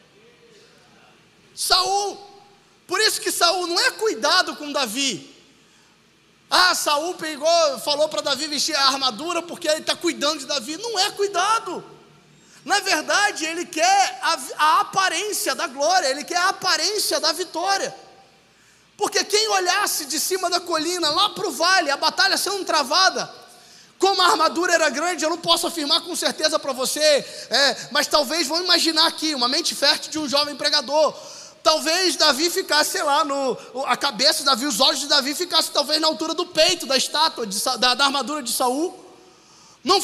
A: Saul, por isso que Saul não é cuidado com Davi. Saul falou para Davi vestir a armadura porque ele está cuidando de Davi. Não é cuidado. Na verdade, ele quer a aparência da glória, ele quer a aparência da vitória. Porque quem olhasse de cima da colina, lá para o vale, a batalha sendo travada, como a armadura era grande, eu não posso afirmar com certeza para você, mas talvez, vamos imaginar aqui, uma mente fértil de um jovem pregador. Talvez Davi ficasse, sei lá, a cabeça de Davi, os olhos de Davi ficassem talvez na altura do peito da estátua, da armadura de Saul. Não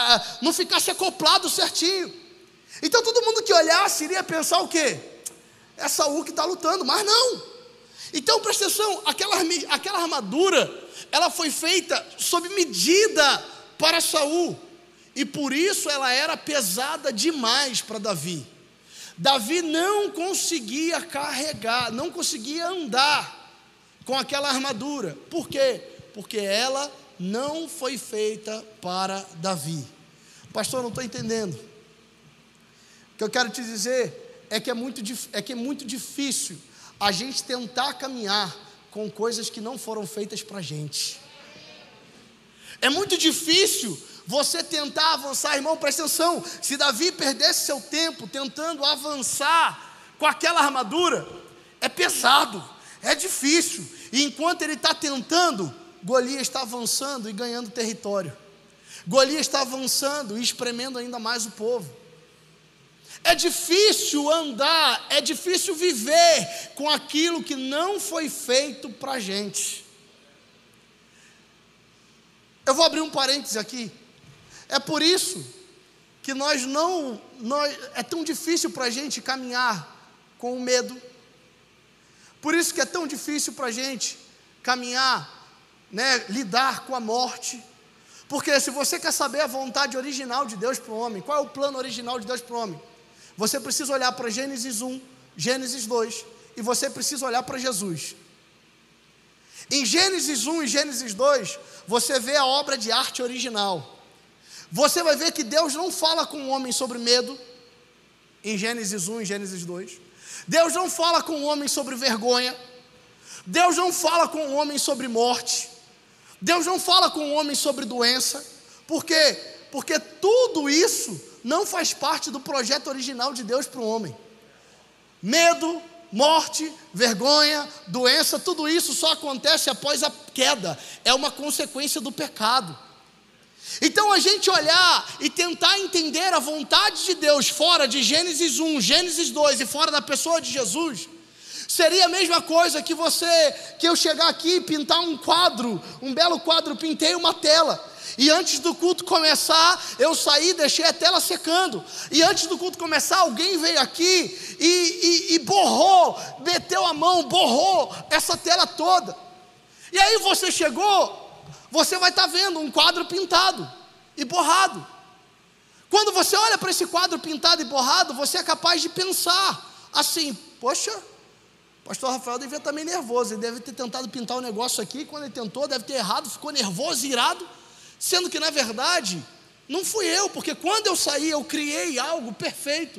A: ficasse acoplado certinho. Então todo mundo que olhasse iria pensar o quê? é Saul que está lutando, mas não. Então presta atenção, aquela armadura, ela foi feita sob medida para Saul, e por isso ela era pesada demais para Davi. Davi não conseguia carregar, não conseguia andar com aquela armadura. Por quê? Porque ela não foi feita para Davi. Pastor, não estou entendendo. O que eu quero te dizer é que é muito difícil a gente tentar caminhar com coisas que não foram feitas para a gente. É muito difícil você tentar avançar, irmão, presta atenção. Se Davi perdesse seu tempo tentando avançar com aquela armadura, é pesado, é difícil. E enquanto ele está tentando, Golias está avançando e ganhando território. Golias está avançando e espremendo ainda mais o povo. É difícil andar, é difícil viver com aquilo que não foi feito para a gente. Eu vou abrir um parêntese aqui. É por isso que é tão difícil para a gente caminhar com o medo. Por isso que é tão difícil para a gente caminhar, lidar com a morte. Porque se você quer saber a vontade original de Deus para o homem, qual é o plano original de Deus para o homem? Você precisa olhar para Gênesis 1, Gênesis 2, e você precisa olhar para Jesus. Em Gênesis 1 e Gênesis 2, você vê a obra de arte original. Você vai ver que Deus não fala com o homem sobre medo, em Gênesis 1 e Gênesis 2. Deus não fala com o homem sobre vergonha. Deus não fala com o homem sobre morte. Deus não fala com o homem sobre doença. Por quê? Porque tudo isso não faz parte do projeto original de Deus para o homem. Medo, morte, vergonha, doença, tudo isso só acontece após a queda. É uma consequência do pecado. Então a gente olhar e tentar entender a vontade de Deus fora de Gênesis 1, Gênesis 2 e fora da pessoa de Jesus, seria a mesma coisa que eu chegar aqui e pintar um quadro, um belo quadro, pintei uma tela. E antes do culto começar, eu saí, deixei a tela secando. E antes do culto começar, alguém veio aqui e borrou, meteu a mão, borrou essa tela toda. E aí você chegou, você vai estar vendo um quadro pintado e borrado. Quando você olha para esse quadro pintado e borrado, você é capaz de pensar assim: poxa, o pastor Rafael devia estar meio nervoso, ele deve ter tentado pintar um negócio aqui, quando ele tentou, deve ter errado, ficou nervoso, irado. Sendo que na verdade, não fui eu, porque quando eu saí, eu criei algo perfeito.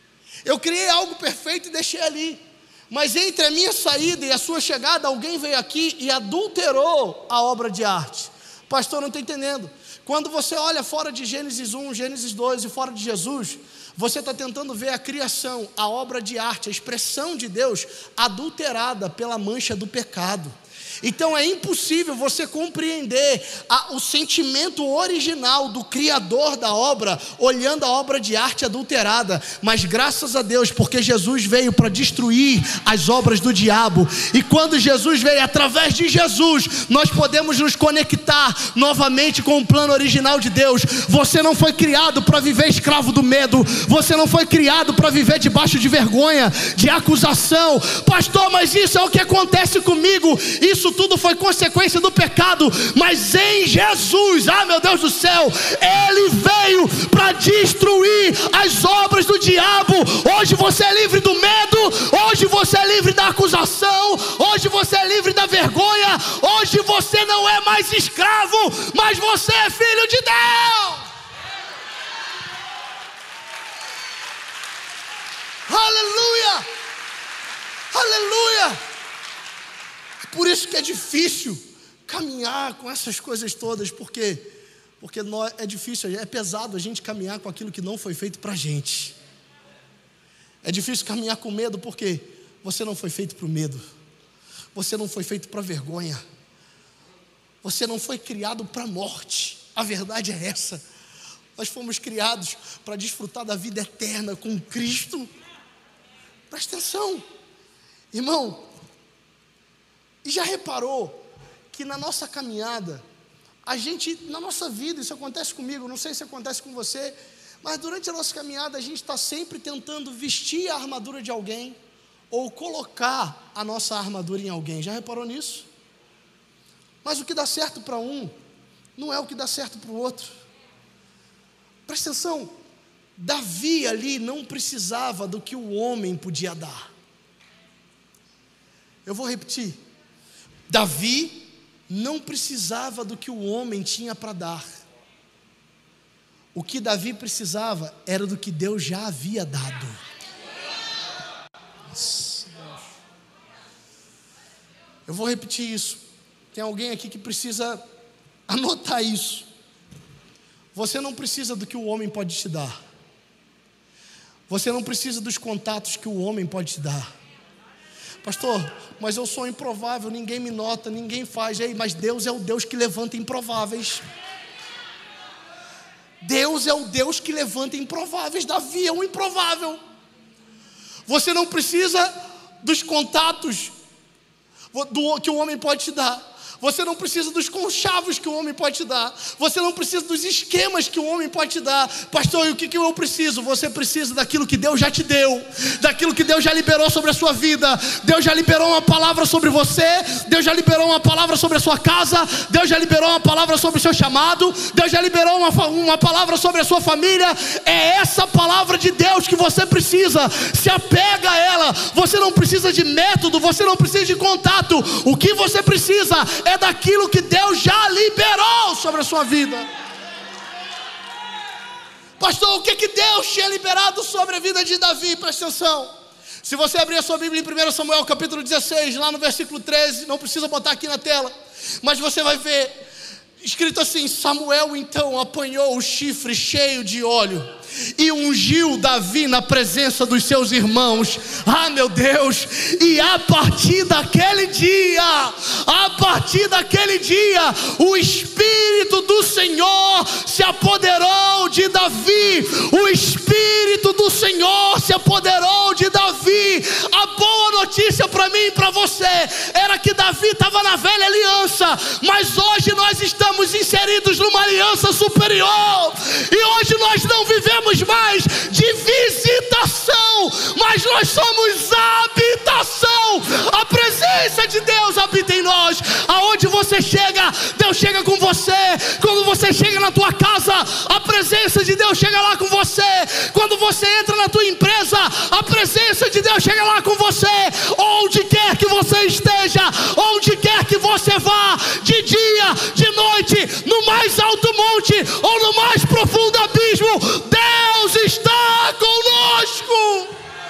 A: Eu criei algo perfeito e deixei ali. Mas entre a minha saída e a sua chegada, alguém veio aqui e adulterou a obra de arte. Pastor, não estou entendendo. Quando você olha fora de Gênesis 1, Gênesis 2 e fora de Jesus, você está tentando ver a criação, a obra de arte, a expressão de Deus adulterada pela mancha do pecado. Então é impossível você compreender o sentimento original do criador da obra, olhando a obra de arte adulterada. Mas graças a Deus, porque Jesus veio para destruir as obras do diabo. E quando Jesus veio, através de Jesus, nós podemos nos conectar novamente com o plano original de Deus. Você não foi criado para viver escravo do medo. Você não foi criado para viver debaixo de vergonha, de acusação. Pastor, mas isso é o que acontece comigo. Isso tudo foi consequência do pecado, mas em Jesus, meu Deus do céu, Ele veio para destruir as obras do diabo. Hoje você é livre do medo, hoje você é livre da acusação, hoje você é livre da vergonha, hoje você não é mais escravo, mas você é filho de Deus. Aleluia, aleluia. Por isso que é difícil caminhar com essas coisas todas, porque é difícil, é pesado a gente caminhar com aquilo que não foi feito para a gente. É difícil caminhar com medo, porque você não foi feito para o medo, você não foi feito para a vergonha, você não foi criado para a morte. A verdade é essa. Nós fomos criados para desfrutar da vida eterna com Cristo. Presta atenção, irmão. E já reparou que na nossa caminhada, na nossa vida, isso acontece comigo, não sei se acontece com você, mas durante a nossa caminhada a gente está sempre tentando vestir a armadura de alguém, ou colocar a nossa armadura em alguém. Já reparou nisso? Mas o que dá certo para um não é o que dá certo para o outro. Presta atenção, Davi ali não precisava do que o homem podia dar. Eu vou repetir. Davi não precisava do que o homem tinha para dar. O que Davi precisava era do que Deus já havia dado. Nossa, eu vou repetir isso. Tem alguém aqui que precisa anotar isso. Você não precisa do que o homem pode te dar. Você não precisa dos contatos que o homem pode te dar. Pastor, mas eu sou improvável, ninguém me nota, ninguém faz. Ei, mas Deus é o Deus que levanta improváveis. Deus é o Deus que levanta improváveis. Davi é um improvável. Você não precisa dos contatos que o homem pode te dar. Você não precisa dos conchavos que o homem pode te dar. Você não precisa dos esquemas que o homem pode te dar. Pastor, e o que eu preciso? Você precisa daquilo que Deus já te deu, daquilo que Deus já liberou sobre a sua vida. Deus já liberou uma palavra sobre você. Deus já liberou uma palavra sobre a sua casa. Deus já liberou uma palavra sobre o seu chamado. Deus já liberou uma palavra sobre a sua família. É essa palavra de Deus que você precisa. Se apega a ela. Você não precisa de método, você não precisa de contato. O que você precisa é daquilo que Deus já liberou sobre a sua vida. Pastor, o que Deus tinha liberado sobre a vida de Davi? Presta atenção. Se você abrir a sua Bíblia em 1 Samuel capítulo 16, lá no versículo 13, não precisa botar aqui na tela, mas você vai ver, escrito assim: Samuel então apanhou o chifre cheio de óleo e ungiu Davi na presença dos seus irmãos. Ah, meu Deus! E a partir daquele dia, o Espírito do Senhor se apoderou de Davi. O Espírito do Senhor se apoderou de Davi. A boa notícia para mim e para você era que Davi estava na velha aliança, mas hoje nós estamos inseridos numa aliança superior. E hoje nós não vivemos mais de visitação, mas nós somos habitação. A presença de Deus habita em nós. Aonde você chega, Deus chega com você. Quando você chega na tua casa, a presença de Deus chega lá com você. Quando você entra na tua empresa, a presença de Deus chega lá com você. Onde quer que você esteja, onde quer que você vá, de dia, de noite, no mais alto monte ou no mais profundo abismo, Deus está conosco.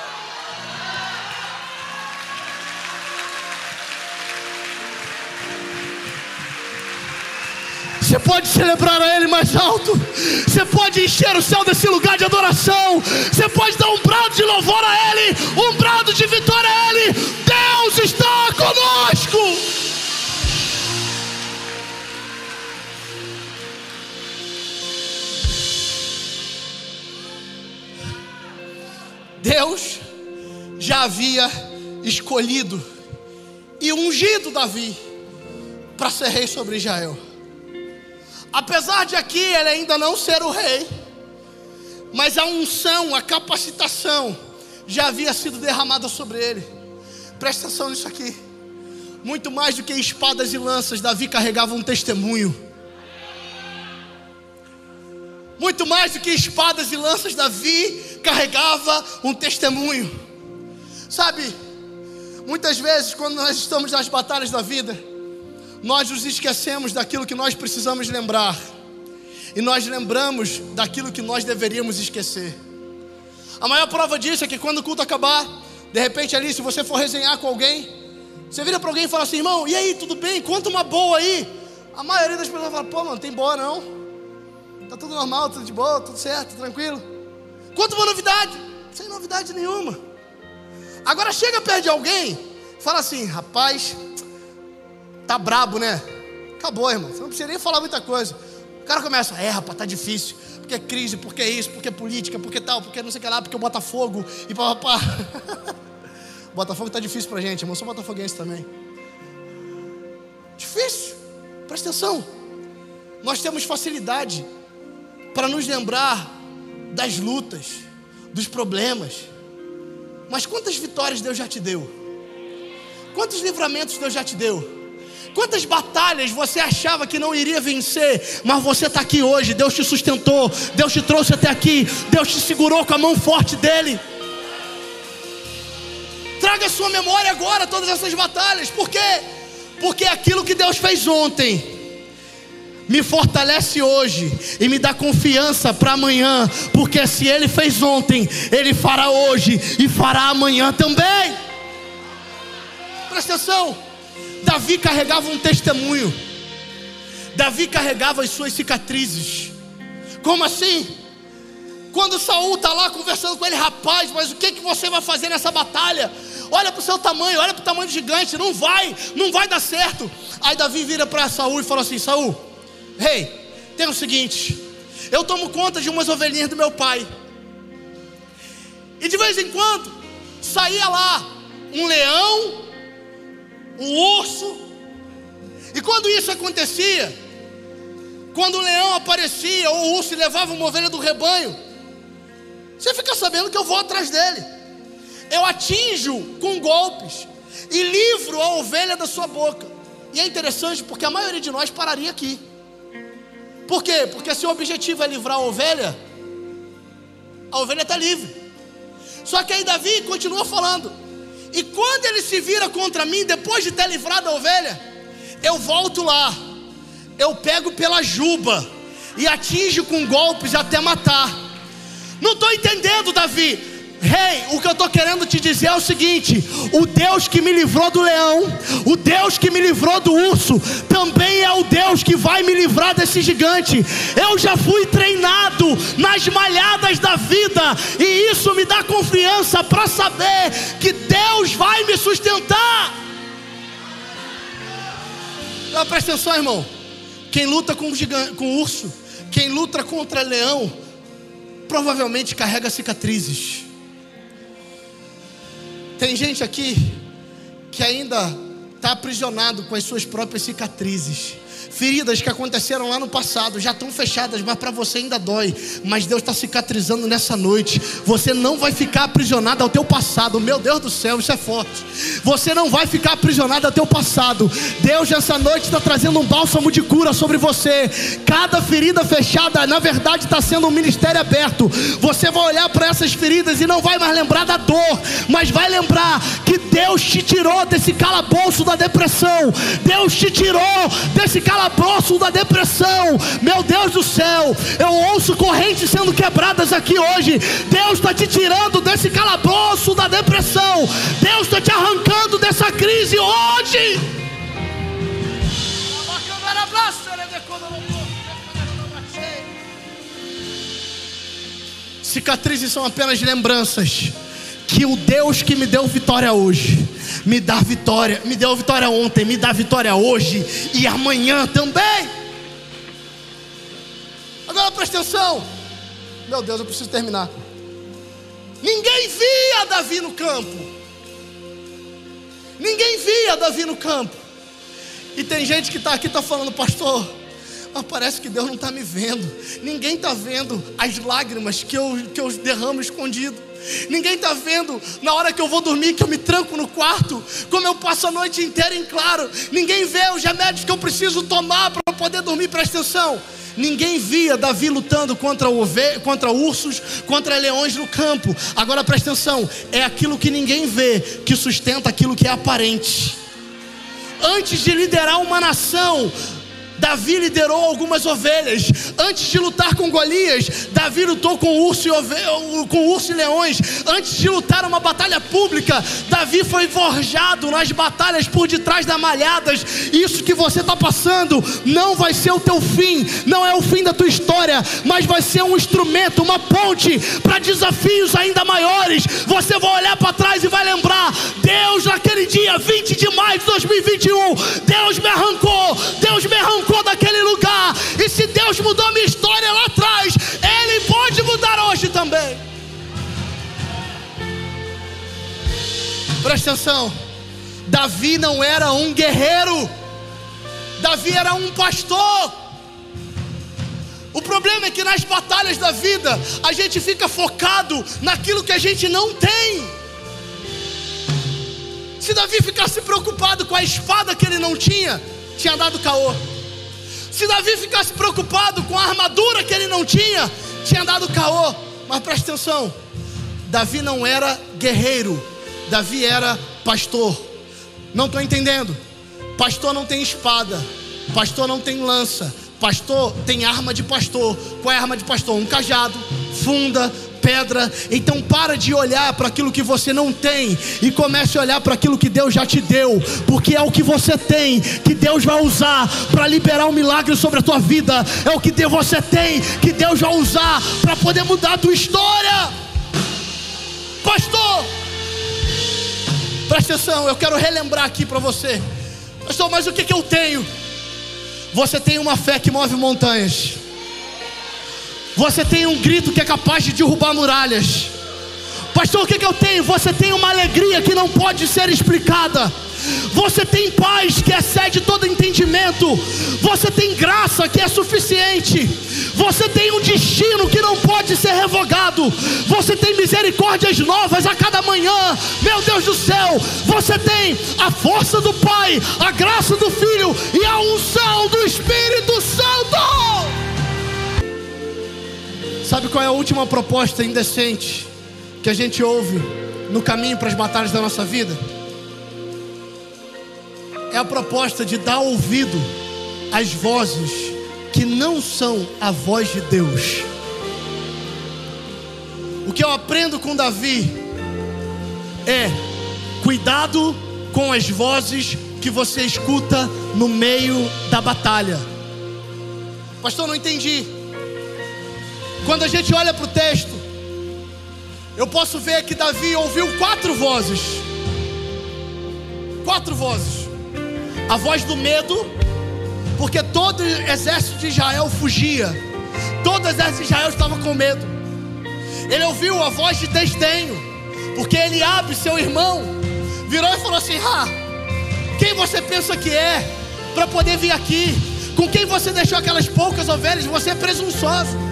A: Você pode celebrar a Ele mais alto. Você pode encher o céu desse lugar de adoração. Você pode dar um brado de louvor a Ele, um brado de vitória a Ele. Deus está conosco. Deus já havia escolhido e ungido Davi para ser rei sobre Israel. Apesar de aqui ele ainda não ser o rei, mas a unção, a capacitação já havia sido derramada sobre ele. Presta atenção nisso aqui. Muito mais do que espadas e lanças, Davi carregava um testemunho. Muito mais do que espadas e lanças, Davi carregava um testemunho. Sabe, muitas vezes quando nós estamos nas batalhas da vida, nós nos esquecemos daquilo que nós precisamos lembrar, e nós lembramos daquilo que nós deveríamos esquecer. A maior prova disso é que quando o culto acabar, de repente ali, se você for resenhar com alguém, você vira para alguém e fala assim: irmão, e aí, tudo bem? Conta uma boa aí. A maioria das pessoas fala: pô, mano, tem boa não, tá tudo normal, tudo de boa, tudo certo, tranquilo. Conta uma novidade. Sem novidade nenhuma. Agora chega perto de alguém, fala assim: rapaz, tá brabo, né? Acabou, irmão, você não precisa nem falar muita coisa. O cara começa: rapaz, tá difícil, porque é crise, porque é isso, porque é política, porque tal, porque não sei o que lá, porque o Botafogo e papapá. Botafogo tá difícil pra gente, irmão, eu sou botafoguense também. Difícil, presta atenção. Nós temos facilidade para nos lembrar das lutas, dos problemas. Mas quantas vitórias Deus já te deu? Quantos livramentos Deus já te deu? Quantas batalhas você achava que não iria vencer, mas você está aqui hoje, Deus te sustentou, Deus te trouxe até aqui, Deus te segurou com a mão forte dEle. Traga à sua memória agora todas essas batalhas. Por quê? Porque aquilo que Deus fez ontem me fortalece hoje e me dá confiança para amanhã, porque se Ele fez ontem, Ele fará hoje e fará amanhã também. Presta atenção. Davi carregava um testemunho. Davi carregava as suas cicatrizes. Como assim? Quando Saul está lá conversando com ele: rapaz, mas o que você vai fazer nessa batalha? Olha para o seu tamanho, olha para o tamanho do gigante, não vai dar certo. Aí Davi vira para Saul e fala assim: Saul, tem o seguinte, eu tomo conta de umas ovelhinhas do meu pai, e de vez em quando saía lá um leão, um urso, e quando isso acontecia, quando o leão aparecia ou o urso levava uma ovelha do rebanho, você fica sabendo que eu vou atrás dele, eu atinjo com golpes e livro a ovelha da sua boca. E é interessante porque a maioria de nós pararia aqui. Por quê? Porque se o objetivo é livrar a ovelha está livre. Só que aí Davi continua falando: e quando ele se vira contra mim, depois de ter livrado a ovelha, eu volto lá, eu pego pela juba e atinjo com golpes até matar. Não estou entendendo, Davi. O que eu estou querendo te dizer é o seguinte: o Deus que me livrou do leão, o Deus que me livrou do urso, também é o Deus que vai me livrar desse gigante. Eu já fui treinado nas malhadas da vida, e isso me dá confiança para saber que Deus vai me sustentar. Então, presta atenção, irmão. Quem luta com o urso, quem luta contra leão, provavelmente carrega cicatrizes. Tem gente aqui que ainda está aprisionado com as suas próprias cicatrizes. Feridas que aconteceram lá no passado, já estão fechadas, mas para você ainda dói. Mas Deus está cicatrizando nessa noite. Você não vai ficar aprisionado ao teu passado. Meu Deus do céu, isso é forte. Você não vai ficar aprisionado ao teu passado. Deus nessa noite está trazendo um bálsamo de cura sobre você. Cada ferida fechada, na verdade, está sendo um ministério aberto. Você vai olhar para essas feridas e não vai mais lembrar da dor, mas vai lembrar que Deus te tirou desse calabouço da depressão. Deus te tirou desse calabouço da depressão. Meu Deus do céu, eu ouço correntes sendo quebradas aqui hoje. Deus está te tirando desse calabouço da depressão. Deus está te arrancando dessa crise hoje. Cicatrizes são apenas lembranças que o Deus que me deu vitória hoje me dá vitória, me deu vitória ontem, me dá vitória hoje e amanhã também. Agora presta atenção. Meu Deus, eu preciso terminar. Ninguém via Davi no campo. Ninguém via Davi no campo. E tem gente que está aqui, está falando: pastor, mas parece que Deus não está me vendo. Ninguém está vendo as lágrimas que eu derramo escondido. Ninguém está vendo na hora que eu vou dormir, que eu me tranco no quarto, como eu passo a noite inteira em claro. Ninguém vê os remédios que eu preciso tomar para poder dormir. Presta atenção. Ninguém via Davi lutando contra ursos, contra leões no campo. Agora presta atenção. É aquilo que ninguém vê que sustenta aquilo que é aparente. Antes de liderar uma nação, Davi liderou algumas ovelhas. Antes de lutar com Golias, Davi lutou com urso e leões. Antes de lutar uma batalha pública, Davi foi forjado nas batalhas por detrás das malhadas. Isso que você está passando não vai ser o teu fim, não é o fim da tua história, mas vai ser um instrumento, uma ponte para desafios ainda maiores. Você vai olhar para trás e vai lembrar: Deus, naquele dia 20 de maio de 2021, Deus me arrancou daquele lugar. E se Deus mudou minha história lá atrás, Ele pode mudar hoje também. Presta atenção. Davi não era um guerreiro, Davi era um pastor. O problema é que nas batalhas da vida a gente fica focado naquilo que a gente não tem. Se Davi ficasse preocupado com a espada que ele não tinha dado caô. Se Davi ficasse preocupado com a armadura que ele não tinha dado caô. Mas presta atenção, Davi não era guerreiro, Davi era pastor. Não estou entendendo. Pastor não tem espada, pastor não tem lança, pastor tem arma de pastor. Qual é a arma de pastor? Um cajado, funda, pedra. Então para de olhar para aquilo que você não tem e comece a olhar para aquilo que Deus já te deu, porque é o que você tem que Deus vai usar para liberar um milagre sobre a tua vida. É o que você tem que Deus vai usar para poder mudar a tua história. Pastor, presta atenção, eu quero relembrar aqui para você. Pastor, mas o que eu tenho? Você tem uma fé que move montanhas. Você tem um grito que é capaz de derrubar muralhas. Pastor, o que eu tenho? Você tem uma alegria que não pode ser explicada. Você tem paz que excede todo entendimento. Você tem graça que é suficiente. Você tem um destino que não pode ser revogado. Você tem misericórdias novas a cada manhã. Meu Deus do céu, você tem a força do Pai, a graça do Filho e a unção do Espírito Santo. Sabe qual é a última proposta indecente que a gente ouve no caminho para as batalhas da nossa vida? É a proposta de dar ouvido às vozes que não são a voz de Deus. O que eu aprendo com Davi é: cuidado com as vozes que você escuta no meio da batalha. Pastor, não entendi. Quando a gente olha para o texto, eu posso ver que Davi ouviu 4 vozes. 4 vozes. A voz do medo, porque todo o exército de Israel fugia. Todo o exército de Israel estava com medo. Ele ouviu a voz de desdenho, porque Eliabe, seu irmão, virou e falou assim: quem você pensa que é para poder vir aqui? Com quem você deixou aquelas poucas ovelhas? Você é presunçoso.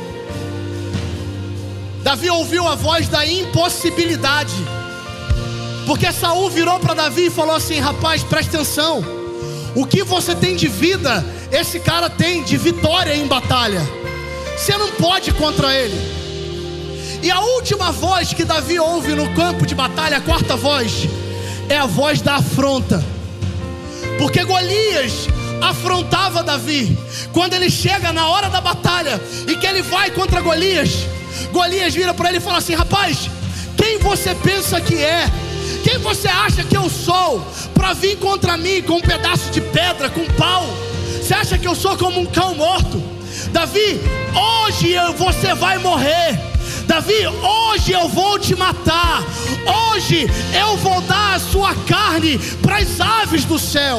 A: Davi ouviu a voz da impossibilidade, porque Saul virou para Davi e falou assim: rapaz, presta atenção, o que você tem de vida, esse cara tem de vitória em batalha. Você não pode ir contra ele. E a última voz que Davi ouve no campo de batalha, a 4ª voz, é a voz da afronta. Porque Golias afrontava Davi. Quando ele chega na hora da batalha e que ele vai contra Golias, Golias vira para ele e fala assim: rapaz, quem você pensa que é? Quem você acha que eu sou para vir contra mim com um pedaço de pedra, com pau? Você acha que eu sou como um cão morto? Davi, hoje você vai morrer. Davi, hoje eu vou te matar. Hoje eu vou dar a sua carne para as aves do céu.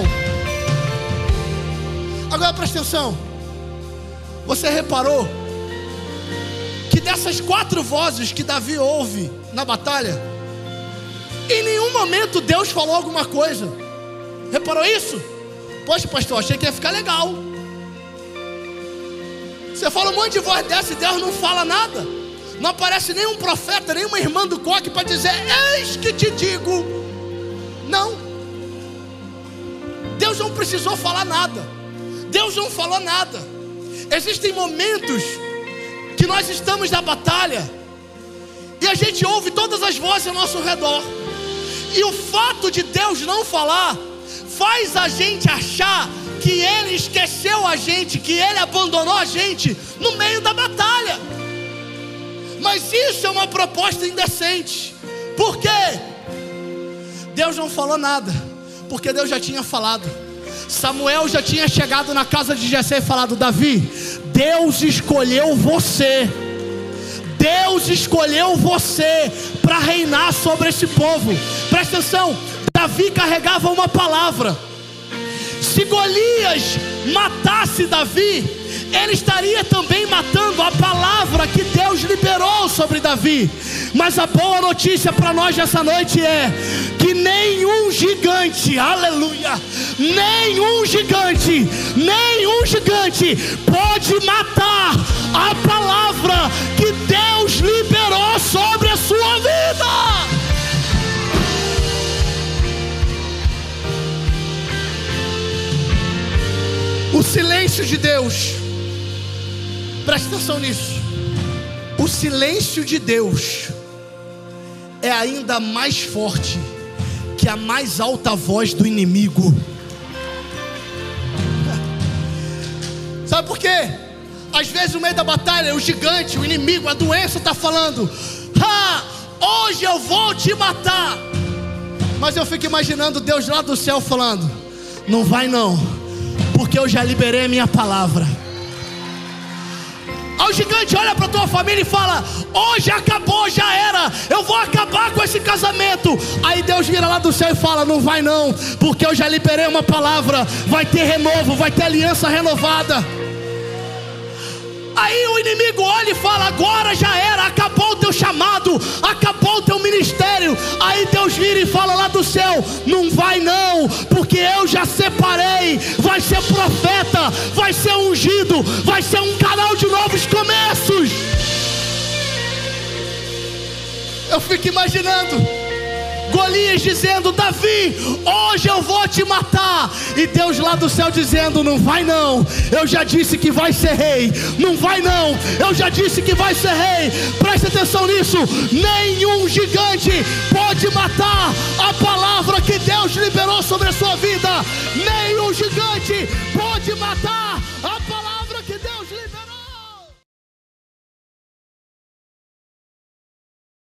A: Agora presta atenção. Você reparou que dessas 4 vozes que Davi ouve na batalha, em nenhum momento Deus falou alguma coisa? Reparou isso? Poxa, pastor, achei que ia ficar legal. Você fala um monte de voz dessa e Deus não fala nada. Não aparece nenhum profeta, nenhuma irmã do coque para dizer: eis que te digo. Não. Deus não precisou falar nada. Deus não falou nada. Existem momentos que nós estamos na batalha e a gente ouve todas as vozes ao nosso redor, e o fato de Deus não falar faz a gente achar que Ele esqueceu a gente, que Ele abandonou a gente no meio da batalha. Mas isso é uma proposta indecente. Por quê? Deus não falou nada, porque Deus já tinha falado. Samuel já tinha chegado na casa de Jessé e falado: Davi, Deus escolheu você. Deus escolheu você para reinar sobre esse povo. Presta atenção, Davi carregava uma palavra. Se Golias matasse Davi, ele estaria também matando a palavra que Deus liberou sobre Davi. Mas a boa notícia para nós nessa noite é que nenhum gigante, aleluia, nenhum gigante pode matar a palavra que Deus liberou sobre a sua vida. silêncio de Deus, presta atenção nisso, o silêncio de Deus é ainda mais forte que a mais alta voz do inimigo. Sabe por quê? Às vezes no meio da batalha, o gigante, o inimigo, a doença está falando: hoje eu vou te matar. Mas eu fico imaginando Deus lá do céu falando: não vai não, porque eu já liberei a minha palavra. Aí o gigante olha para a tua família e fala: hoje acabou, já era, eu vou acabar com esse casamento. Aí Deus vira lá do céu e fala: não vai não, porque eu já liberei uma palavra. Vai ter renovo, vai ter aliança renovada. Aí o inimigo olha e fala: agora já era, acabou o teu chamado, acabou o teu ministério. Aí Deus vira e fala lá do céu: não vai não, porque eu já separei. Vai ser profeta, vai ser ungido, vai ser um canal de novos começos. Eu fico imaginando Golias dizendo: Davi, hoje eu vou te matar. E Deus lá do céu dizendo: não vai não, eu já disse que vai ser rei. Não vai não, eu já disse que vai ser rei. Presta atenção nisso: nenhum gigante pode matar a palavra que Deus liberou sobre a sua vida. Nenhum gigante pode matar